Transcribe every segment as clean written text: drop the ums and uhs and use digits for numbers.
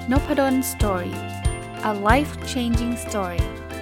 Nopadon Story. A life-changing story.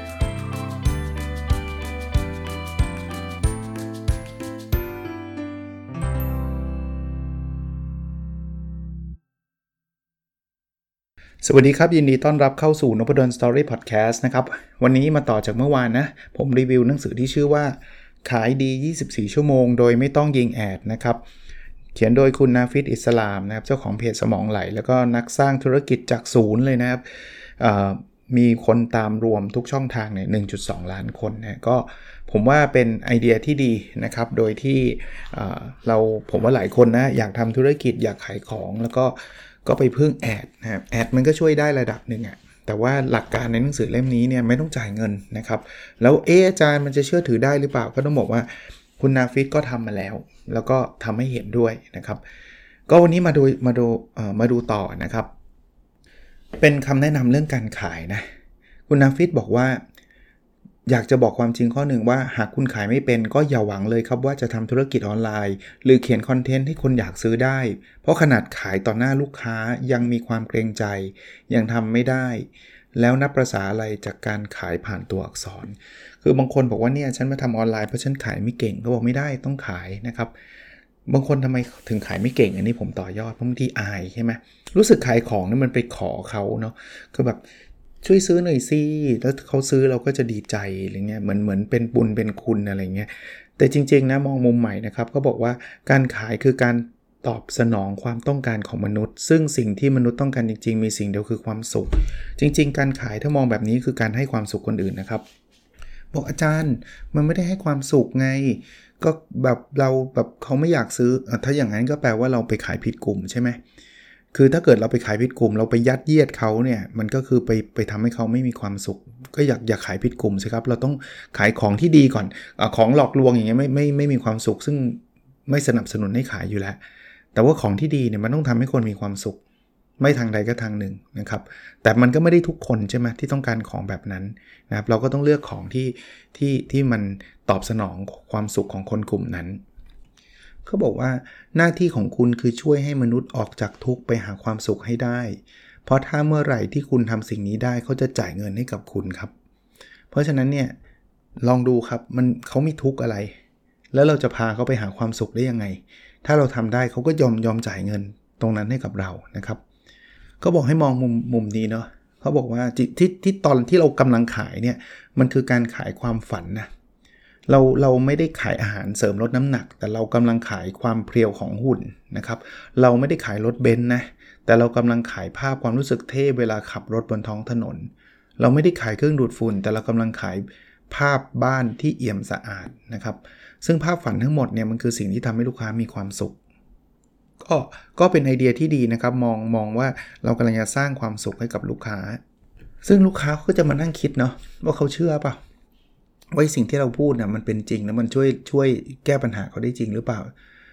สวัสดีครับยินดีต้อนรับเข้าสู่ Nopadon Story Podcast นะครับวันนี้มาต่อจากเมื่อวานนะผมรีวิวหนังสือที่ชื่อว่าขายดี24ชั่วโมงโดยไม่ต้องยิงแอดนะครับเขียนโดยคุณนาฟิดอิสลามนะครับเจ้าของเพจสมองไหลแล้วก็นักสร้างธุรกิจจากศูนย์เลยนะครับมีคนตามรวมทุกช่องทางเนี่ย 1.2 ล้านคนนะก็ผมว่าเป็นไอเดียที่ดีนะครับโดยที่ผมว่าหลายคนนะอยากทำธุรกิจอยากขายของแล้วก็ไปพึ่งแอดนะครับแอดมันก็ช่วยได้ระดับหนึ่งอ่ะแต่ว่าหลักการในหนังสือเล่มนี้เนี่ยไม่ต้องจ่ายเงินนะครับแล้วอาจารย์มันจะเชื่อถือได้หรือเปล่าก็ต้องบอกว่าคุณนาฟิดก็ทำมาแล้วก็ทำให้เห็นด้วยนะครับก็วันนี้มาดูต่อนะครับเป็นคำแนะนำเรื่องการขายนะคุณนาฟิดบอกว่าอยากจะบอกความจริงข้อหนึ่งว่าหากคุณขายไม่เป็นก็อย่าหวังเลยครับว่าจะทำธุรกิจออนไลน์หรือเขียนคอนเทนต์ให้คนอยากซื้อได้เพราะขนาดขายต่อหน้าลูกค้ายังมีความเกรงใจยังทำไม่ได้แล้วนับประสาอะไรจากการขายผ่านตัวอักษรคือบางคนบอกว่าเนี่ยฉันมาทำออนไลน์เพราะฉันขายไม่เก่งก็บอกไม่ได้ต้องขายนะครับบางคนทำไมถึงขายไม่เก่งอันนี้ผมต่อยอดเพราะบางทีอายใช่ไหมรู้สึกขายของนี่มันไปขอเขาเนาะคือแบบช่วยซื้อหน่อยสิแล้วเขาซื้อเราก็จะดีใจอะไรเงี้ยเหมือนเป็นบุญเป็นคุณอะไรเงี้ยแต่จริงๆนะมองมุมใหม่นะครับเขาบอกว่าการขายคือการตอบสนองความต้องการของมนุษย์ซึ่งสิ่งที่มนุษย์ต้องการจริงๆมีสิ่งเดียวคือความสุขจริงๆการขายถ้ามองแบบนี้คือการให้ความสุขคนอื่นนะครับบอกอาจารย์มันไม่ได้ให้ความสุขไงก็แบบเราแบบเขาไม่อยากซื้อถ้าอย่างนั้นก็แปลว่าเราไปขายผิดกลุ่มใช่ไหมคือถ้าเกิดเราไปขายผิดกลุ่มเราไปยัดเยียดเขาเนี่ยมันก็คือไปทำให้เขาไม่มีความสุขก็อยากขายผิดกลุ่มสิครับเราต้องขายของที่ดีก่อนของหลอกลวงอย่างเงี้ยไม่มีความสุขซึ่งไม่สนับสนุนให้ขายอยู่แล้วแต่ว่าของที่ดีเนี่ยมันต้องทำให้คนมีความสุขไม่ทางใดก็ทางหนึ่งนะครับแต่มันก็ไม่ได้ทุกคนใช่ไหมที่ต้องการของแบบนั้นนะครับเราก็ต้องเลือกของที่มันตอบสนองความสุขของคนกลุ่มนั้นเขาบอกว่าหน้าที่ของคุณคือช่วยให้มนุษย์ออกจากทุกข์ไปหาความสุขให้ได้เพราะถ้าเมื่อไหร่ที่คุณทำสิ่งนี้ได้เขาจะจ่ายเงินให้กับคุณครับเพราะฉะนั้นเนี่ยลองดูครับเขามีทุกข์อะไรแล้วเราจะพาเขาไปหาความสุขได้ยังไงถ้าเราทำได้เขาก็ยอมจ่ายเงินตรงนั้นให้กับเรานะครับก็บอกให้มองมุมนี้เนาะเขาบอกว่าที่ตอนที่เรากำลังขายเนี่ยมันคือการขายความฝันนะเราไม่ได้ขายอาหารเสริมลดน้ำหนักแต่เรากำลังขายความเพรียวของหุ่นนะครับเราไม่ได้ขายรถเบนซ์นะแต่เรากำลังขายภาพความรู้สึกเท่เวลาขับรถบนท้องถนนเราไม่ได้ขายเครื่องดูดฝุ่นแต่เรากำลังขายภาพบ้านที่เอี่ยมสะอาดนะครับซึ่งภาพฝันทั้งหมดเนี่ยมันคือสิ่งที่ทำให้ลูกค้ามีความสุขก็เป็นไอเดียที่ดีนะครับมองว่าเรากำลังจะสร้างความสุขให้กับลูกค้าซึ่งลูกค้าก็จะมานั่งคิดเนาะว่าเขาเชื่อป่ะว่าสิ่งที่เราพูดเนี่ยมันเป็นจริงแล้วมันช่วยแก้ปัญหาเขาได้จริงหรือเปล่า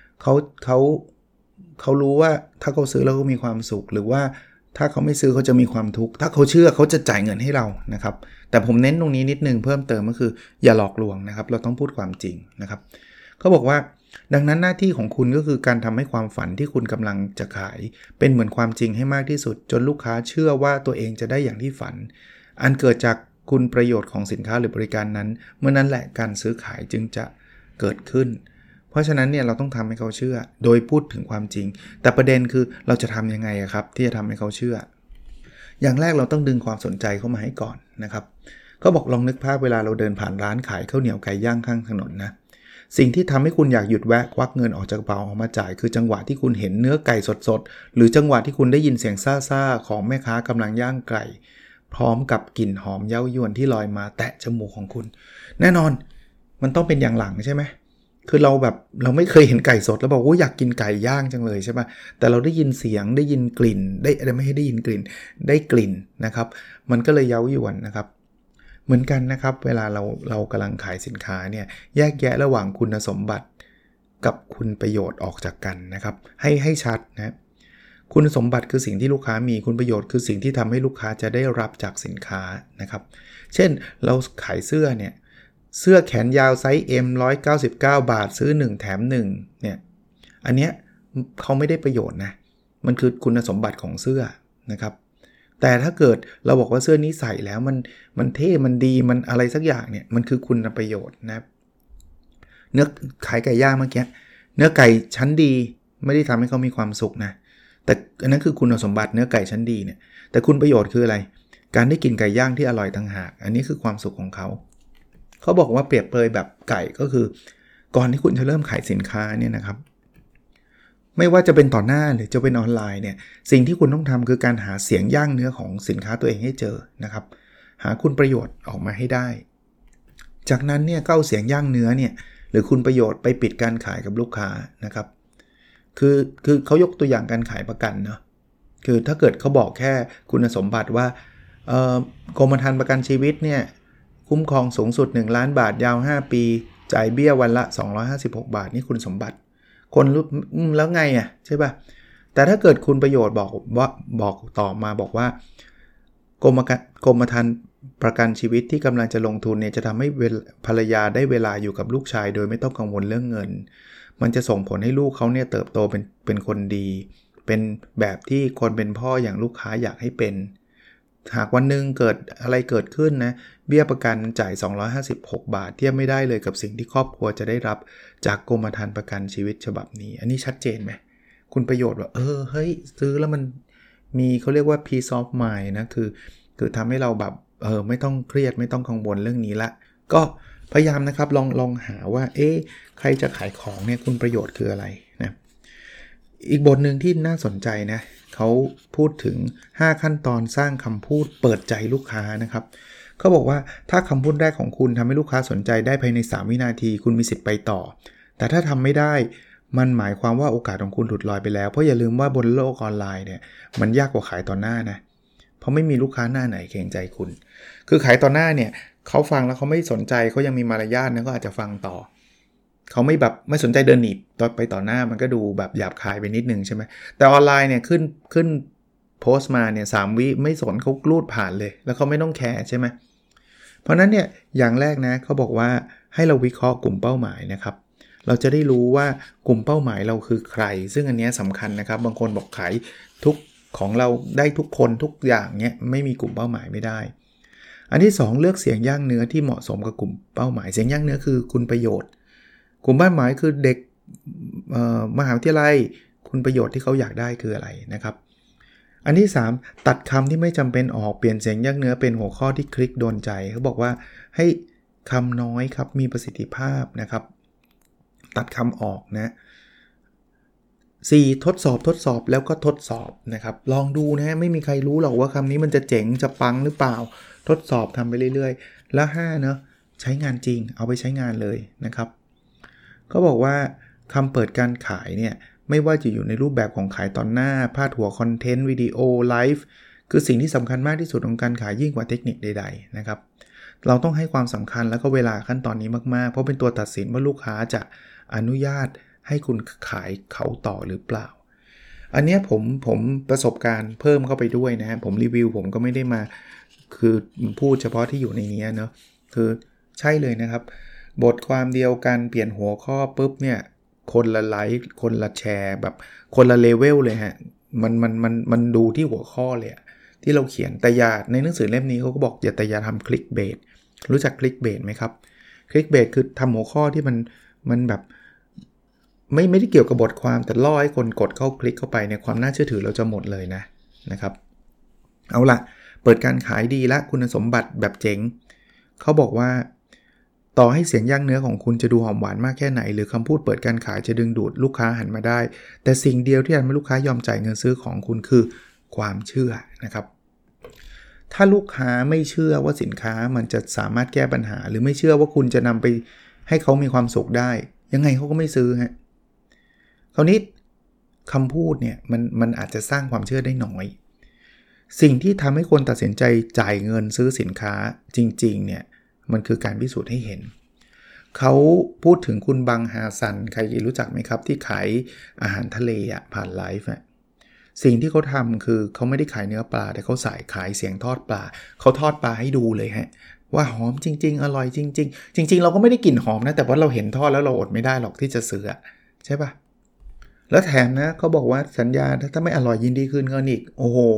เขารู้ว่าถ้าเขาซื้อแล้วก็มีความสุขหรือว่าถ้าเขาไม่ซื้อเขาจะมีความทุกข์ถ้าเขาเชื่อเขาจะจ่ายเงินให้เรานะครับแต่ผมเน้นตรงนี้นิดนึงเพิ่มเติมก็คืออย่าหลอกลวงนะครับเราต้องพูดความจริงนะครับเขาบอกว่าดังนั้นหน้าที่ของคุณก็คือการทำให้ความฝันที่คุณกำลังจะขายเป็นเหมือนความจริงให้มากที่สุดจนลูกค้าเชื่อว่าตัวเองจะได้อย่างที่ฝันอันเกิดจากคุณประโยชน์ของสินค้าหรือบริการนั้นเมื่อนั้นแหละการซื้อขายจึงจะเกิดขึ้นเพราะฉะนั้นเนี่ยเราต้องทำให้เขาเชื่อโดยพูดถึงความจริงแต่ประเด็นคือเราจะทำยังไงครับที่จะทำให้เขาเชื่ออย่างแรกเราต้องดึงความสนใจเข้ามาให้ก่อนนะครับเขาบอกลองนึกภาพเวลาเราเดินผ่านร้านขายข้าวเหนียวไก่ย่างข้างถนนนะสิ่งที่ทำให้คุณอยากหยุดแวะควักเงินออกจากกระเป๋าออกมาจ่ายคือจังหวะที่คุณเห็นเนื้อไก่สดๆหรือจังหวะที่คุณได้ยินเสียงซ่าๆของแม่ค้ากำลังย่างไก่พร้อมกับกลิ่นหอมเย้ายวนที่ลอยมาแตะจมูกของคุณแน่นอนมันต้องเป็นอย่างหลังใช่ไหมคือเราไม่เคยเห็นไก่สดแล้วบอกว่าอยากกินไก่ย่างจังเลยใช่ป่ะแต่เราได้ยินเสียงได้ยินกลิ่นไม่ให้ได้ยินกลิ่นได้กลิ่นนะครับมันก็เลยเย้ายวนนะครับเหมือนกันนะครับเวลาเรากำลังขายสินค้าเนี่ยแยกแยะระหว่างคุณสมบัติกับคุณประโยชน์ออกจากกันนะครับให้ชัดนะคุณสมบัติคือสิ่งที่ลูกค้ามีคุณประโยชน์คือสิ่งที่ทำให้ลูกค้าจะได้รับจากสินค้านะครับเช่นเราขายเสื้อเนี่ยเสื้อแขนยาวไซส์ M 199 บาทซื้อ1แถม1เนี่ยอันเนี้ยเขาไม่ได้ประโยชน์นะมันคือคุณสมบัติของเสื้อนะครับแต่ถ้าเกิดเราบอกว่าเสื้อนี้ใส่แล้วมันเท่มันดีมันอะไรสักอย่างเนี่ยมันคือคุณประโยชน์นะเนื้อขายไก่ย่างเมื่อกี้เนื้อไก่ชั้นดีไม่ได้ทำให้เขามีความสุขนะแต่อันนั้นคือคุณสมบัติเนื้อไก่ชั้นดีเนี่ยแต่คุณประโยชน์คืออะไรการได้กินไก่ย่างที่อร่อยต่างหากอันนี้คือความสุขของเขาบอกว่าเปรียบเปรยแบบไก่ก็คือก่อนที่คุณจะเริ่มขายสินค้าเนี่ยนะครับไม่ว่าจะเป็นต่อหน้าหรือจะเป็นออนไลน์เนี่ยสิ่งที่คุณต้องทำคือการหาเสียงย่างเนื้อของสินค้าตัวเองให้เจอนะครับหาคุณประโยชน์ออกมาให้ได้จากนั้นเนี่ยก็เอาเสียงย่างเนื้อเนี่ยหรือคุณประโยชน์ไปปิดการขายกับลูกค้านะครับคือเขายกตัวอย่างการขายประกันเนาะคือถ้าเกิดเขาบอกแค่คุณสมบัติว่ากรมธรรม์ประกันชีวิตเนี่ยคุ้มครองสูงสุด1ล้านบาทยาว5ปีจ่ายเบี้ยวันละ256บาทนี่คุณสมบัติคนรู้แล้วไงอ่ะใช่ป่ะแต่ถ้าเกิดคุณประโยชน์บอกต่อมาบอกว่ากรมธรรม์ประกันชีวิตที่กำลังจะลงทุนเนี่ยจะทำให้ภรรยาได้เวลาอยู่กับลูกชายโดยไม่ต้องกังวลเรื่องเงินมันจะส่งผลให้ลูกเขาเนี่ยเติบโตเป็นคนดีเป็นแบบที่คนเป็นพ่ออย่างลูกค้าอยากให้เป็นหากวันนึงเกิดอะไรเกิดขึ้นนะเบี้ยประกันจ่าย256บาทเทียบไม่ได้เลยกับสิ่งที่ครอบครัวจะได้รับจากกรมธรรม์ประกันชีวิตฉบับนี้อันนี้ชัดเจนไหมคุณประโยชน์ว่าเฮ้ยซื้อแล้วมันมีเขาเรียกว่า peace of mind นะคือทำให้เราแบบไม่ต้องเครียดไม่ต้องกังวลเรื่องนี้ละก็พยายามนะครับลองหาว่าใครจะขายของเนี่ยคุณประโยชน์คืออะไรนะอีกบทหนึ่งที่น่าสนใจนะเขาพูดถึง5ขั้นตอนสร้างคำพูดเปิดใจลูกค้านะครับเขาบอกว่าถ้าคำพูดแรกของคุณทำให้ลูกค้าสนใจได้ภายใน3วินาทีคุณมีสิทธิ์ไปต่อแต่ถ้าทำไม่ได้มันหมายความว่าโอกาสของคุณหลุดลอยไปแล้วเพราะอย่าลืมว่าบนโลกออนไลน์เนี่ยมันยากกว่าขายต่อหน้านะเพราะไม่มีลูกค้าหน้าไหนเกรงใจคุณคือขายต่อหน้าเนี่ยเขาฟังแล้วเขาไม่สนใจเขายังมีมารยาทนะก็อาจจะฟังต่อเขาไม่สนใจเดินหนีไปต่อหน้ามันก็ดูแบบหยาบคายไปนิดนึงใช่ไหมแต่ออนไลน์เนี่ยขึ้นโพสต์มาเนี่ย3วิไม่สนเขาลูดผ่านเลยแล้วเขาไม่ต้องแคร์ใช่ไหมเพราะนั้นเนี่ยอย่างแรกนะเขาบอกว่าให้เราวิเคราะห์กลุ่มเป้าหมายนะครับเราจะได้รู้ว่ากลุ่มเป้าหมายเราคือใครซึ่งอันนี้สำคัญนะครับบางคนบอกขายทุกของเราได้ทุกคนทุกอย่างเนี้ยไม่มีกลุ่มเป้าหมายไม่ได้อันที่2เลือกเสียงย่างเนื้อที่เหมาะสมกับกลุ่มเป้าหมายเสียงย่างเนื้อคือคุณประโยชน์กลุ่มเป้าหมายคือเด็กมหาวิทยาลัยคุณประโยชน์ที่เขาอยากได้คืออะไรนะครับอันที่3ตัดคำที่ไม่จำเป็นออกเปลี่ยนเสียงย่างเนื้อเป็นหัวข้อที่คลิกโดนใจเขาบอกว่าให้คำน้อยครับมีประสิทธิภาพนะครับตัดคำออกนะ4ทดสอบแล้วก็ทดสอบนะครับลองดูนะไม่มีใครรู้หรอกว่าคำนี้มันจะเจ๋งจะปังหรือเปล่าทดสอบทำไปเรื่อยๆแล้ว5เนอะใช้งานจริงเอาไปใช้งานเลยนะครับก็บอกว่าคำเปิดการขายเนี่ยไม่ว่าจะอยู่ในรูปแบบของขายตอนหน้าพาดหัวคอนเทนต์วิดีโอไลฟ์คือสิ่งที่สำคัญมากที่สุดของการขายยิ่งกว่าเทคนิคใดๆนะครับเราต้องให้ความสำคัญแล้วก็เวลาขั้นตอนนี้มากๆเพราะเป็นตัวตัดสินว่าลูกค้าจะอนุญาตให้คุณขายเขาต่อหรือเปล่าอันนี้ผมประสบการณ์เพิ่มเข้าไปด้วยนะผมรีวิวผมก็ไม่ได้มาคือพูดเฉพาะที่อยู่ในนี้เนาะคือใช่เลยนะครับบทความเดียวกันเปลี่ยนหัวข้อปุ๊บเนี่ยคนละไลค์คนละแชร์แบบคนละเลเวลเลยฮะมันดูที่หัวข้อเลยที่เราเขียนแต่อย่าในหนังสือเล่มนี้เขาก็บอกอย่าทำคลิกเบสรู้จักคลิกเบสไหมครับคลิกเบสคือทำหัวข้อที่มันแบบไม่ได้เกี่ยวกับบทความแต่ล่อให้คนกดเข้าคลิกเข้าไปในความน่าเชื่อถือเราจะหมดเลยนะครับเอาล่ะเปิดการขายดีและคุณสมบัติแบบเจ๋งเขาบอกว่าต่อให้เสียงย่างเนื้อของคุณจะดูหอมหวานมากแค่ไหนหรือคำพูดเปิดการขายจะดึงดูดลูกค้าหันมาได้แต่สิ่งเดียวที่ทำให้ลูกค้ายอมจ่ายเงินซื้อของคุณคือความเชื่อนะครับถ้าลูกค้าไม่เชื่อว่าสินค้ามันจะสามารถแก้ปัญหาหรือไม่เชื่อว่าคุณจะนำไปให้เขามีความสุขได้ยังไงเขาก็ไม่ซื้อฮะคราวนี้คำพูดเนี่ยมันอาจจะสร้างความเชื่อได้น้อยสิ่งที่ทำให้คนตัดสินใจจ่ายเงินซื้อสินค้าจริงๆเนี่ยมันคือการพิสูจน์ให้เห็นเขาพูดถึงคุณบังฮาซันใครรู้จักไหมครับที่ขายอาหารทะเลผ่านไลฟ์สิ่งที่เขาทำคือเขาไม่ได้ขายเนื้อปลาแต่เขาขายเสียงทอดปลาเขาทอดปลาให้ดูเลยฮะว่าหอมจริงๆอร่อยจริงๆจริงๆเราก็ไม่ได้กลิ่นหอมนะแต่ว่าเราเห็นทอดแล้วเราอดไม่ได้หรอกที่จะซื้อใช่ปะแล้วแถมนะเขาบอกว่าสัญญาถ้าไม่อร่อยยินดีคืนเงินอีกโอ้โห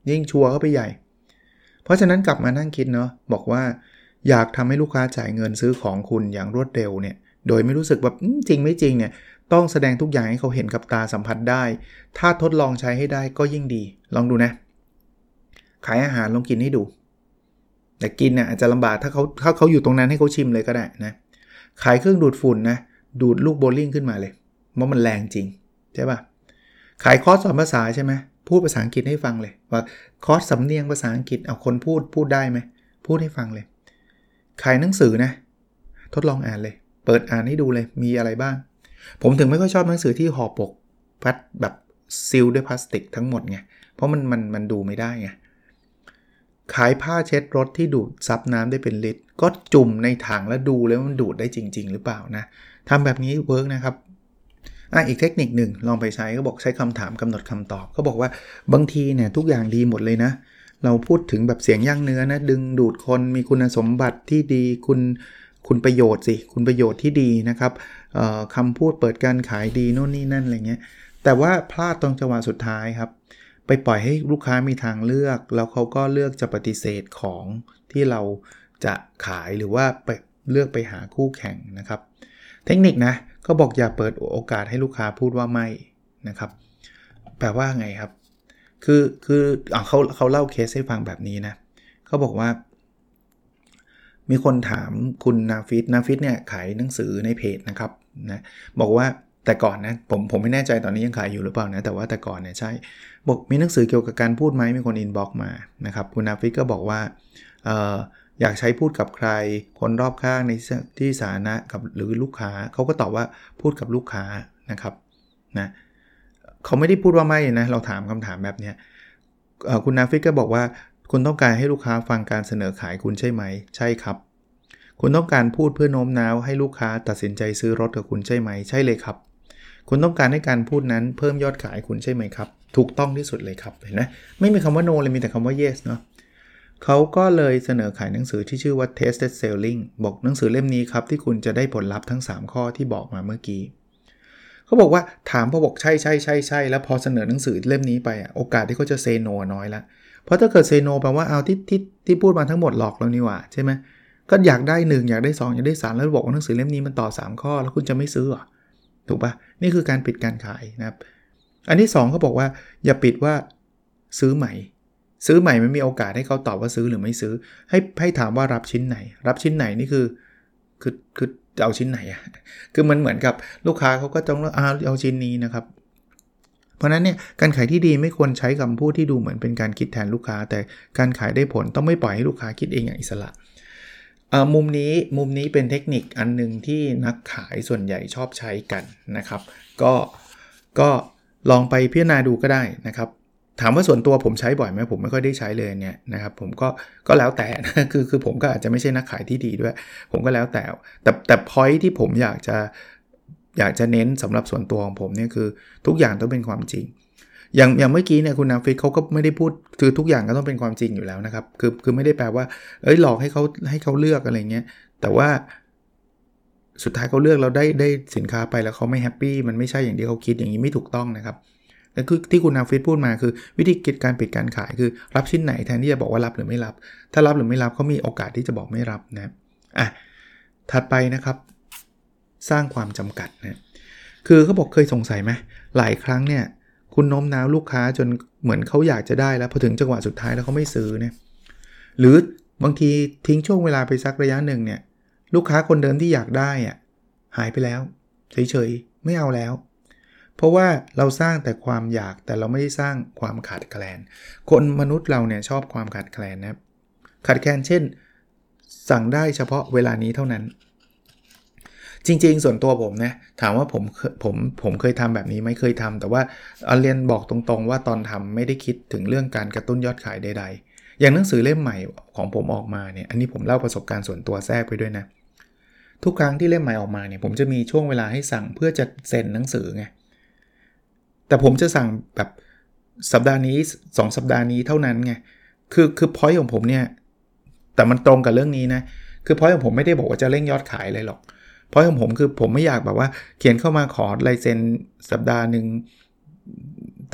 ยิ่งชัวร์เข้าไปใหญ่เพราะฉะนั้นกลับมานั่งคิดเนาะบอกว่าอยากทำให้ลูกค้าจ่ายเงินซื้อของคุณอย่างรวดเร็วเนี่ยโดยไม่รู้สึกแบบจริงไม่จริงเนี่ยต้องแสดงทุกอย่างให้เขาเห็นกับตาสัมผัสได้ถ้าทดลองใช้ให้ได้ก็ยิ่งดีลองดูนะขายอาหารลองกินให้ดูแต่กินเนี่ยอาจจะลำบากถ้าเขาอยู่ตรงนั้นให้เขาชิมเลยก็ได้นะขายเครื่องดูดฝุ่นนะดูดลูกโบลิ่งขึ้นมาเลยเพราะมันแรงจริงใช่ป่ะขายคอร์สสอนภาษาใช่ไหมพูดภาษาอังกฤษให้ฟังเลยว่าคอร์สสำเนียงภาษาอังกฤษเอาคนพูดได้ไหมพูดให้ฟังเลยขายหนังสือนะทดลองอ่านเลยเปิดอ่านให้ดูเลยมีอะไรบ้างผมถึงไม่ค่อยชอบหนังสือที่ห่อปกพลาสแบบซีลด้วยพลาสติกทั้งหมดไงเพราะมันดูไม่ได้ไงขายผ้าเช็ดรถที่ดูดซับน้ำได้เป็นลิตรก็จุ่มในถังแล้วดูเลยว่ามันดูดได้จริงๆหรือเปล่านะทำแบบนี้เวิร์กนะครับอีกเทคนิคหนึ่งลองไปใช้ก็บอกใช้คำถามกำหนดคำตอบเขาบอกว่าบางทีเนี่ยทุกอย่างดีหมดเลยนะเราพูดถึงแบบเสียงย่างเนื้อนะดึงดูดคนมีคุณสมบัติที่ดีคุณประโยชน์สิคุณประโยชน์ที่ดีนะครับคำพูดเปิดการขายดีโน่นนี่นั่นอะไรเงี้ยแต่ว่าพลาดตรงจังหวะสุดท้ายครับไปปล่อยให้ลูกค้ามีทางเลือกแล้วเขาก็เลือกจะปฏิเสธของที่เราจะขายหรือว่าไปเลือกไปหาคู่แข่งนะครับเทคนิคนะก็บอกอย่าเปิดโอกาสให้ลูกค้าพูดว่าไม่นะครับแปลว่าไงครับคือเขาเล่าเคสให้ฟังแบบนี้นะเขาบอกว่ามีคนถามคุณนาฟิตเนี่ยขายหนังสือในเพจนะครับนะบอกว่าแต่ก่อนนะผมไม่แน่ใจตอนนี้ยังขายอยู่หรือเปล่านะแต่ว่าแต่ก่อนเนี่ยใช่บอกมีหนังสือเกี่ยวกับการพูดไหมมีคนอินบ็อกซ์มานะครับคุณนาฟิตก็บอกว่าอยากใช้พูดกับใครคนรอบข้างในที่สาธารณะกับหรือลูกค้าเขาก็ตอบว่าพูดกับลูกค้านะครับนะเขาไม่ได้พูดว่าไม่นะเราถามคำถามแบบนี้คุณนาฟิตก็บอกว่าคุณต้องการให้ลูกค้าฟังการเสนอขายคุณใช่ไหมใช่ครับคุณต้องการพูดเพื่อโน้มน้าวให้ลูกค้าตัดสินใจซื้อรถกับคุณใช่ไหมใช่เลยครับคุณต้องการให้การพูดนั้นเพิ่มยอดขายคุณใช่ไหมครับถูกต้องที่สุดเลยครับเห็นไหมไม่มีคำว่า no เลยมีแต่คำว่า yes เนาะเขาก็เลยเสนอขายหนังสือที่ชื่อว่า Tested Selling บอกหนังสือเล่มนี้ครับที่คุณจะได้ผลลัพธ์ทั้ง3ข้อที่บอกมาเมื่อกี้เขาบอกว่าถามพอบอกใช่แล้วพอเสนอหนังสือเล่มนี้ไปโอกาสที่เขาจะเซโนน้อยละเพราะถ้าเกิดเซโนแปลว่าเอาที่พูดมาทั้งหมดหลอกเรานี่หว่าใช่ไหมก็อยากได้1อยากได้2อยากได้3แล้วบอกว่าหนังสือเล่มนี้มันต่อ3ข้อแล้วคุณจะไม่ซื้อถูกปะนี่คือการปิดการขายนะครับอันที่2เขาบอกว่าอย่าปิดว่าซื้อใหม่มันมีโอกาสให้เขาตอบว่าซื้อหรือไม่ซื้อให้ถามว่ารับชิ้นไหนนี่คือจะเอาชิ้นไหนคือมันเหมือนกับลูกค้าเขาก็ต้องเอาชิ้นนี้นะครับเพราะนั้นเนี่ยการขายที่ดีไม่ควรใช้คำพูดที่ดูเหมือนเป็นการคิดแทนลูกค้าแต่การขายได้ผลต้องไม่ปล่อยให้ลูกค้าคิดเองอย่างอิสระมุมนี้เป็นเทคนิคอันนึงที่นักขายส่วนใหญ่ชอบใช้กันนะครับก็ลองไปพิจารณาดูก็ได้นะครับถามว่าส่วนตัวผมใช้บ่อยไหมผมไม่ค่อยได้ใช้เลยเนี่ยนะครับผมก็แล้วแต่นะคือผมก็อาจจะไม่ใช่นักขายที่ดีด้วยผมก็แล้วแต่ point ที่ผมอยากจะเน้นสำหรับส่วนตัวของผมเนี่ยคือทุกอย่างต้องเป็นความจริงอย่างเมื่อกี้เนี่ยคุณนาฟิตเขาก็ไม่ได้พูดคือทุกอย่างก็ต้องเป็นความจริงอยู่แล้วนะครับคือไม่ได้แปลว่าหลอกให้เขาเลือกอะไรเงี้ยแต่ว่าสุดท้ายเขาเลือกเราได้สินค้าไปแล้วเขาไม่แฮปปี้มันไม่ใช่อย่างที่เขาคิดอย่างนี้ไม่ถูกต้องนะครับและคือที่คุณนาฟิตพูดมาคือวิธีการปิดการขายคือรับชิ้นไหนแทนที่จะบอกว่ารับหรือไม่รับถ้ารับหรือไม่รับเขามีโอกาสที่จะบอกไม่รับนะถัดไปนะครับสร้างความจำกัดนะคือเขาบอกเคยสงสัยไหมหลายครั้งเนี่ยคุณโน้มน้าวลูกค้าจนเหมือนเขาอยากจะได้แล้วพอถึงจังหวะสุดท้ายแล้วเขาไม่ซื้อเนี่ยหรือบางทีทิ้งช่วงเวลาไปสักระยะหนึ่งเนี่ยลูกค้าคนเดิมที่อยากได้หายไปแล้วเฉยๆไม่เอาแล้วเพราะว่าเราสร้างแต่ความอยากแต่เราไม่ได้สร้างความขาดแคลนคนมนุษย์เราเนี่ยชอบความขาดแคลนนะครับขาดแคลนเช่นสั่งได้เฉพาะเวลานี้เท่านั้นจริงๆส่วนตัวผมนะถามว่าผมเคยทำแบบนี้ไหมเคยทำแต่ว่าเรียนบอกตรงๆว่าตอนทำไม่ได้คิดถึงเรื่องการกระตุ้นยอดขายใดๆอย่างหนังสือเล่มใหม่ของผมออกมาเนี่ยอันนี้ผมเล่าประสบการณ์ส่วนตัวแทรกไปด้วยนะทุกครั้งที่เล่มใหม่ออกมาเนี่ยผมจะมีช่วงเวลาให้สั่งเพื่อจะเซ็นหนังสือไงแต่ผมจะสั่งแบบสัปดาห์นี้2สัปดาห์นี้เท่านั้นไงคือ point ของผมเนี่ยแต่มันตรงกับเรื่องนี้นะคือ point ของผมไม่ได้บอกว่าจะเร่งยอดขายอะไรหรอกเพราะของผมคือผมไม่อยากแบบว่าเขียนเข้ามาขอลายเซ็นสัปดาห์นึง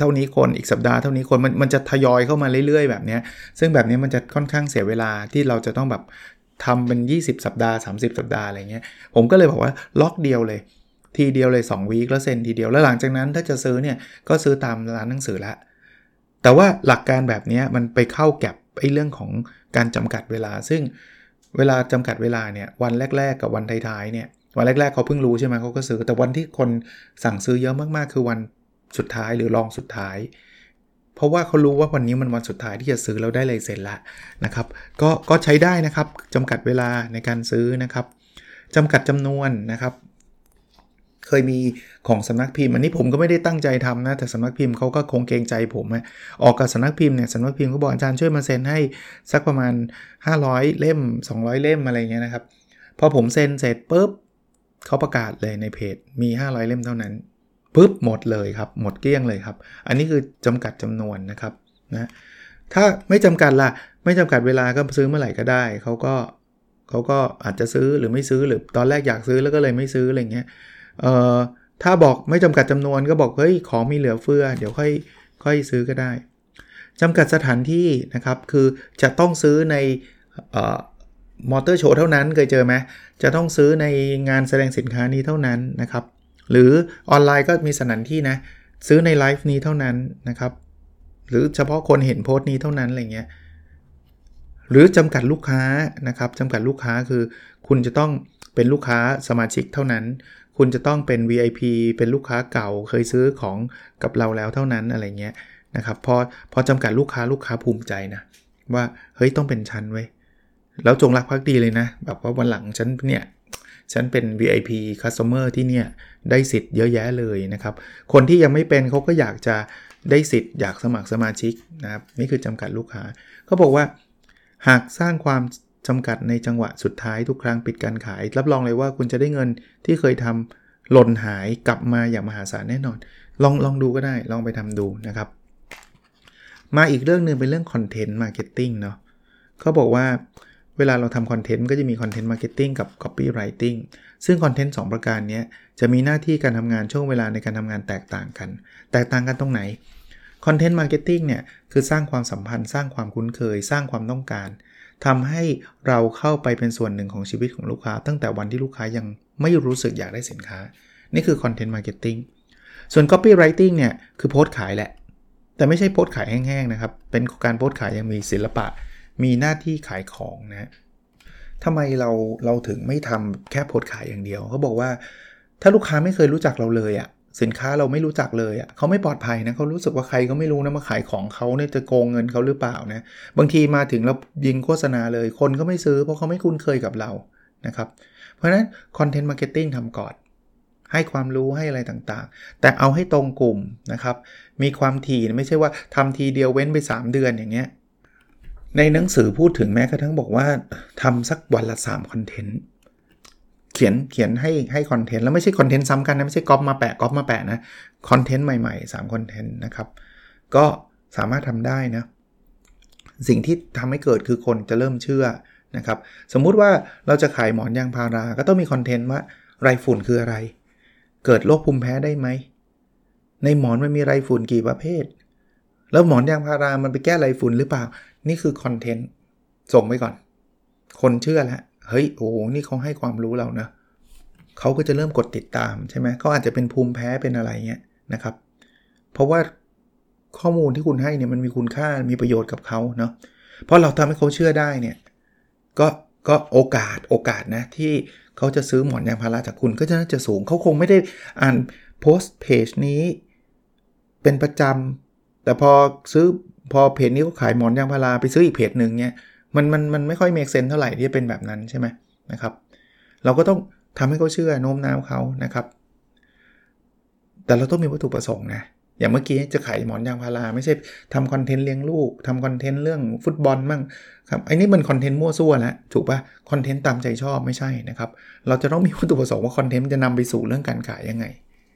ท่านี้คนอีกสัปดาห์เท่านี้คนมันจะทยอยเข้ามาเรื่อยๆแบบนี้ซึ่งแบบนี้มันจะค่อนข้างเสียเวลาที่เราจะต้องแบบทำเป็น20สัปดาห์30สัปดาห์อะไรเงี้ยผมก็เลยบอกว่าล็อกเดียวเลยทีเดียวเลย2วีคแล้วเซ็นทีเดียวแล้วหลังจากนั้นถ้าจะซื้อเนี่ยก็ซื้อตามร้านหนังสือละแต่ว่าหลักการแบบนี้มันไปเข้าแก็บไอ้เรื่องของการจำกัดเวลาซึ่งเวลาจำกัดเวลาเนี่ยวันแรกๆกับวันท้ายๆเนี่ยวันแรกๆเขาเพิ่งรู้ใช่ไหมเขาก็ซื้อแต่วันที่คนสั่งซื้อเยอะมากๆคือวันสุดท้ายหรือรองสุดท้ายเพราะว่าเขารู้ว่าวันนี้มันวันสุดท้ายที่จะซื้อแล้วได้ลายเซ็นละนะครับก็ใช้ได้นะครับจำกัดเวลาในการซื้อนะครับจำกัดจำนวนนะครับเคยมีของสำนักพิมพ์อันนี้ผมก็ไม่ได้ตั้งใจทำนะแต่สำนักพิมพ์เขาก็คงเกรงใจผมออกกับสำนักพิมพ์เนี่ยสำนักพิมพ์เขาบอกอาจารย์ช่วยมาเซ็นให้สักประมาณ500เล่ม200เล่มอะไรเงี้ยนะครับพอผมเซ็นเสร็จปุ๊บเขาประกาศเลยในเพจมี500เล่มเท่านั้นปุ๊บหมดเลยครับหมดเกลี้ยงเลยครับอันนี้คือจำกัดจำนวนนะครับนะถ้าไม่จำกัดล่ะไม่จำกัดเวลาก็ซื้อเมื่อไหร่ก็ได้เขาก็อาจจะซื้อหรือไม่ซื้อหรือตอนแรกอยากซื้อแล้วก็เลยไม่ซื้ออะไรเงี้ยถ้าบอกไม่จำกัดจำนวนก็บอกเฮ้ยของมีเหลือเฟือเดี๋ยวค่อยซื้อก็ได้จำกัดสถานที่นะครับคือจะต้องซื้อในมอเตอร์โชว์เท่านั้นเคยเจอไหมจะต้องซื้อในงานแสดงสินค้านี้เท่านั้นนะครับหรือออนไลน์ก็มีสถานที่นะซื้อในไลฟ์นี้เท่านั้นนะครับหรือเฉพาะคนเห็นโพสต์นี้เท่านั้นอะไรเงี้ยหรือจำกัดลูกค้านะครับจำกัดลูกค้าคือคุณจะต้องเป็นลูกค้าสมาชิกเท่านั้นคุณจะต้องเป็น VIP เป็นลูกค้าเก่าเคยซื้อของกับเราแล้วเท่านั้นอะไรเงี้ยนะครับพอจำกัดลูกค้าภูมิใจนะว่าเฮ้ยต้องเป็นชั้นไว้แล้วจงรักภักดีเลยนะแบบว่าวันหลังฉันเป็น VIP customer ที่เนี่ยได้สิทธิ์เยอะแยะเลยนะครับคนที่ยังไม่เป็นเขาก็อยากจะได้สิทธิ์อยากสมัครสมาชิกนะครับนี่คือจำกัดลูกค้าเขาบอกว่าหากสร้างความจำกัดในจังหวะสุดท้ายทุกครั้งปิดการขายรับรองเลยว่าคุณจะได้เงินที่เคยทำหล่นหายกลับมาอย่างมหาศาลแน่นอนลองดูก็ได้ลองไปทำดูนะครับมาอีกเรื่องนึงเป็นเรื่องคอนเทนต์มาร์เก็ตติ้งเนาะเขาบอกว่าเวลาเราทำคอนเทนต์ก็จะมีคอนเทนต์มาร์เก็ตติ้งกับ copywriting ซึ่งคอนเทนต์2ประการนี้จะมีหน้าที่การทำงานช่วงเวลาในการทำงานแตกต่างกันตรงไหนคอนเทนต์มาร์เก็ตติ้งเนี่ยคือสร้างความสัมพันธ์สร้างความคุ้นเคยสร้างความต้องการทำให้เราเข้าไปเป็นส่วนหนึ่งของชีวิตของลูกค้าตั้งแต่วันที่ลูกค้ายังไม่รู้สึกอยากได้สินค้านี่คือคอนเทนต์มาร์เก็ตติ้งส่วน copywriting เนี่ยคือโพสต์ขายแหละแต่ไม่ใช่โพสต์ขายแห้งๆนะครับเป็นการโพสต์ขายยังมีศิลปะมีหน้าที่ขายของนะทำไมเราถึงไม่ทำแค่โพสต์ขายอย่างเดียวเขาบอกว่าถ้าลูกค้าไม่เคยรู้จักเราเลยสินค้าเราไม่รู้จักเลยเขาไม่ปลอดภัยนะเขารู้สึกว่าใครก็ไม่รู้นะมาขายของเขาเนี่ยจะโกงเงินเขาหรือเปล่านะบางทีมาถึงเรายิงโฆษณาเลยคนก็ไม่ซื้อเพราะเขาไม่คุ้นเคยกับเรานะครับเพราะฉะนั้นคอนเทนต์มาร์เก็ตติ้งทำก่อนให้ความรู้ให้อะไรต่างๆแต่เอาให้ตรงกลุ่มนะครับมีความถี่ไม่ใช่ว่าทำทีเดียวเว้นไป3เดือนอย่างเงี้ยในหนังสือพูดถึงแม้กระทั่งบอกว่าทำสักวันละ3คอนเทนต์เขียนให้คอนเทนต์แล้วไม่ใช่คอนเทนต์ซ้ำกันนะไม่ใช่ก๊อปมาแปะนะคอนเทนต์ใหม่ๆ3คอนเทนต์นะครับก็สามารถทำได้นะสิ่งที่ทำให้เกิดคือคนจะเริ่มเชื่อนะครับสมมุติว่าเราจะขายหมอนยางพาราก็ต้องมีคอนเทนต์ว่าไรฝุ่นคืออะไรเกิดโรคภูมิแพ้ได้ไหมในหมอนมันมีไรฝุ่นกี่ประเภทแล้วหมอนยางพารามันไปแก้ไรฝุ่นหรือเปล่านี่คือคอนเทนต์ส่งไปก่อนคนเชื่อแล้วเฮ้ยโอ้นี่เขาให้ความรู้เรานะเขาก็จะเริ่มกดติดตามใช่ไหมเขาอาจจะเป็นภูมิแพ้เป็นอะไรเงี้ยนะครับเพราะว่าข้อมูลที่คุณให้เนี่ยมันมีคุณค่ามีประโยชน์กับเขาเนาะเพราะเราทำให้เขาเชื่อได้เนี่ยก็โอกาสนะที่เขาจะซื้อหมอนยางพาราจากคุณก็จะสูงเขาคงไม่ได้อ่านโพสต์เพจนี้เป็นประจำแต่พอเพจนี้เขาขายหมอนยางพาราไปซื้ออีกเพจนึงเนี่ยมันไม่ค่อยเมคเซนส์เท่าไหร่ที่จะเป็นแบบนั้นใช่ไหมนะครับเราก็ต้องทำให้เขาเชื่อโน้มน้าวเขานะครับแต่เราต้องมีวัตถุประสงค์นะอย่างเมื่อกี้จะขายหมอนยางพาราไม่ใช่ทำคอนเทนต์เลี้ยงลูกทำคอนเทนต์เรื่องฟุตบอลมั่งครับไอ้นี่มันคอนเทนต์มั่วซั่วแล้วถูกป่ะคอนเทนต์ตามใจชอบไม่ใช่นะครับเราจะต้องมีวัตถุประสงค์ว่าคอนเทนต์จะนำไปสู่เรื่องการขายยังไง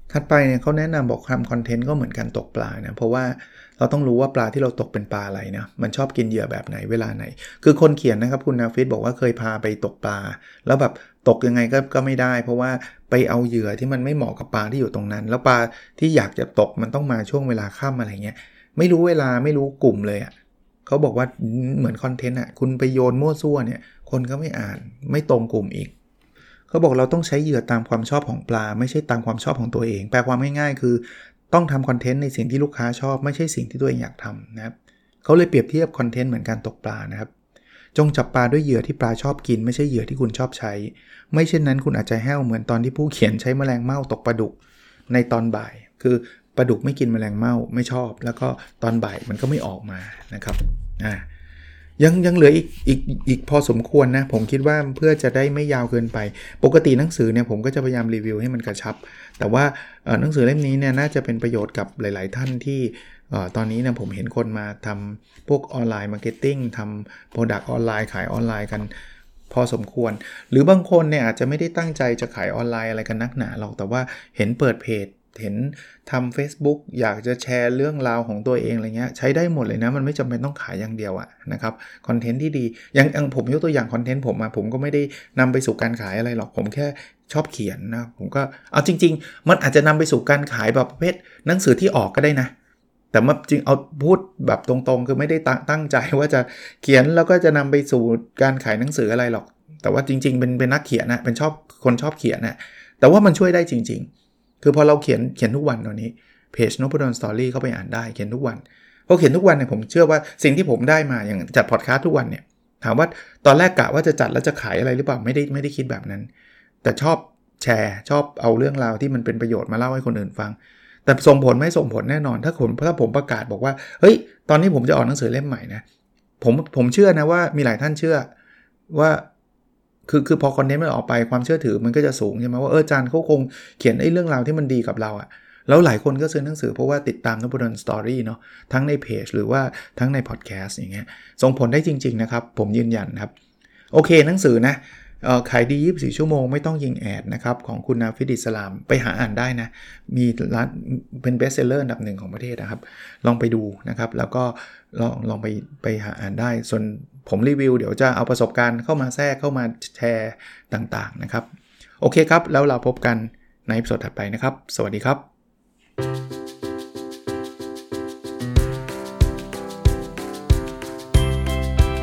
ถัดไปเนี่ยเขาแนะนำบอกทำคอนเทนต์ก็เหมือนกันตกปลานะเพราะว่าเราต้องรู้ว่าปลาที่เราตกเป็นปลาอะไรนะมันชอบกินเหยื่อแบบไหนเวลาไหนคือคนเขียนนะครับคุณนาฟิสบอกว่าเคยพาไปตกปลาแล้วแบบตกยังไงก็ไม่ได้เพราะว่าไปเอาเหยื่อที่มันไม่เหมาะกับปลาที่อยู่ตรงนั้นแล้วปลาที่อยากจะตกมันต้องมาช่วงเวลาค่ำอะไรเงี้ยไม่รู้เวลาไม่รู้กลุ่มเลยอ่ะเขาบอกว่าเหมือนคอนเทนต์อ่ะคุณไปโยนมั่วซั่วเนี่ยคนก็ไม่อ่านไม่ตรงกลุ่มอีกเขาบอกเราต้องใช้เหยื่อตามความชอบของปลาไม่ใช่ตามความชอบของตัวเองแปลความง่ายๆคือต้องทำคอนเทนต์ในสิ่งที่ลูกค้าชอบไม่ใช่สิ่งที่ตัวเองอยากทำนะครับเขาเลยเปรียบเทียบคอนเทนต์เหมือนการตกปลานะครับจงจับปลาด้วยเหยื่อที่ปลาชอบกินไม่ใช่เหยื่อที่คุณชอบใช้ไม่เช่นนั้นคุณอาจจะแห้วเหมือนตอนที่ผู้เขียนใช้แมลงเม่าตกปลาดุกในตอนบ่ายคือปลาดุกไม่กินแมลงเม่าไม่ชอบแล้วก็ตอนบ่ายมันก็ไม่ออกมานะครับยังเหลืออีกพอสมควรนะผมคิดว่าเพื่อจะได้ไม่ยาวเกินไปปกติหนังสือเนี่ยผมก็จะพยายามรีวิวให้มันกระชับแต่ว่าหนังสือเล่มนี้เนี่ยน่าจะเป็นประโยชน์กับหลายๆท่านที่ตอนนี้นะผมเห็นคนมาทำพวกออนไลน์มาร์เก็ตติ้งทำโปรดักต์ออนไลน์ขายออนไลน์กันพอสมควรหรือบางคนเนี่ยอาจจะไม่ได้ตั้งใจจะขายออนไลน์อะไรกันนักหนาหรอกแต่ว่าเห็นเปิดเพจเห็นทำ Facebook อยากจะแชร์เรื่องราวของตัวเองอะไรเงี้ยใช้ได้หมดเลยนะมันไม่จำเป็นต้องขายอย่างเดียวอะนะครับคอนเทนต์ที่ดีอย่างผมยกตัวอย่างคอนเทนต์ผมก็ไม่ได้นำไปสู่การขายอะไรหรอกผมแค่ชอบเขียนนะผมก็เอาจริงๆมันอาจจะนำไปสู่การขายแบบประเภทหนังสือที่ออกก็ได้นะแต่มาจริงเอาพูดแบบตรงๆคือไม่ได้ตั้งใจว่าจะเขียนแล้วก็จะนำไปสู่การขายหนังสืออะไรหรอกแต่ว่าจริงๆเป็นนักเขียนนะเป็นคนชอบเขียนนะแต่ว่ามันช่วยได้จริงๆคือพอเราเขียนทุกวันตอนนี้เพจ Nopodon Story เข้าไปอ่านได้เขียนทุกวันพอเขียนทุกวันเนี่ยผมเชื่อว่าสิ่งที่ผมได้มาอย่างจัดพอดคาสต์ทุกวันเนี่ยถามว่าตอนแรกกะว่าจะจัดแล้วจะขายอะไรหรือเปล่าไม่ได้คิดแบบนั้นแต่ชอบแชร์ชอบเอาเรื่องราวที่มันเป็นประโยชน์มาเล่าให้คนอื่นฟังแต่ส่งผลไม่ส่งผลแน่นอนถ้าผมประกาศบอกว่าเฮ้ยตอนนี้ผมจะออกหนังสือเล่มใหม่นะผมเชื่อนะว่ามีหลายท่านเชื่อว่าคือพอคอนเทนต์มันออกไปความเชื่อถือมันก็จะสูงใช่ไหมว่าอาจารย์เขาคงเขียนไอ้เรื่องราวที่มันดีกับเราอะแล้วหลายคนก็ซื้อหนังสือเพราะว่าติดตาม Nopodon Story เนาะทั้งในเพจหรือว่าทั้งในพอดแคสต์อย่างเงี้ยส่งผลได้จริงๆนะครับผมยืนยันครับโอเคหนังสือนะขายดี24ชั่วโมงไม่ต้องยิงแอดนะครับของคุณนาฟิด อิสลามไปหาอ่านได้นะมีร้านเป็นเบสเซลเลอร์อันดับ1ของประเทศนะครับลองไปดูนะครับแล้วก็ลองไปหาอ่านได้ส่วนผมรีวิวเดี๋ยวจะเอาประสบการณ์เข้ามาแทรกเข้ามาแชร์ต่างๆนะครับโอเคครับแล้วเราพบกันในอีพิโซดถัดไปนะครับสวัสดีครับ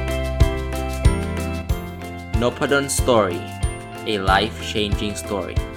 Nopodon Story, a life-changing story.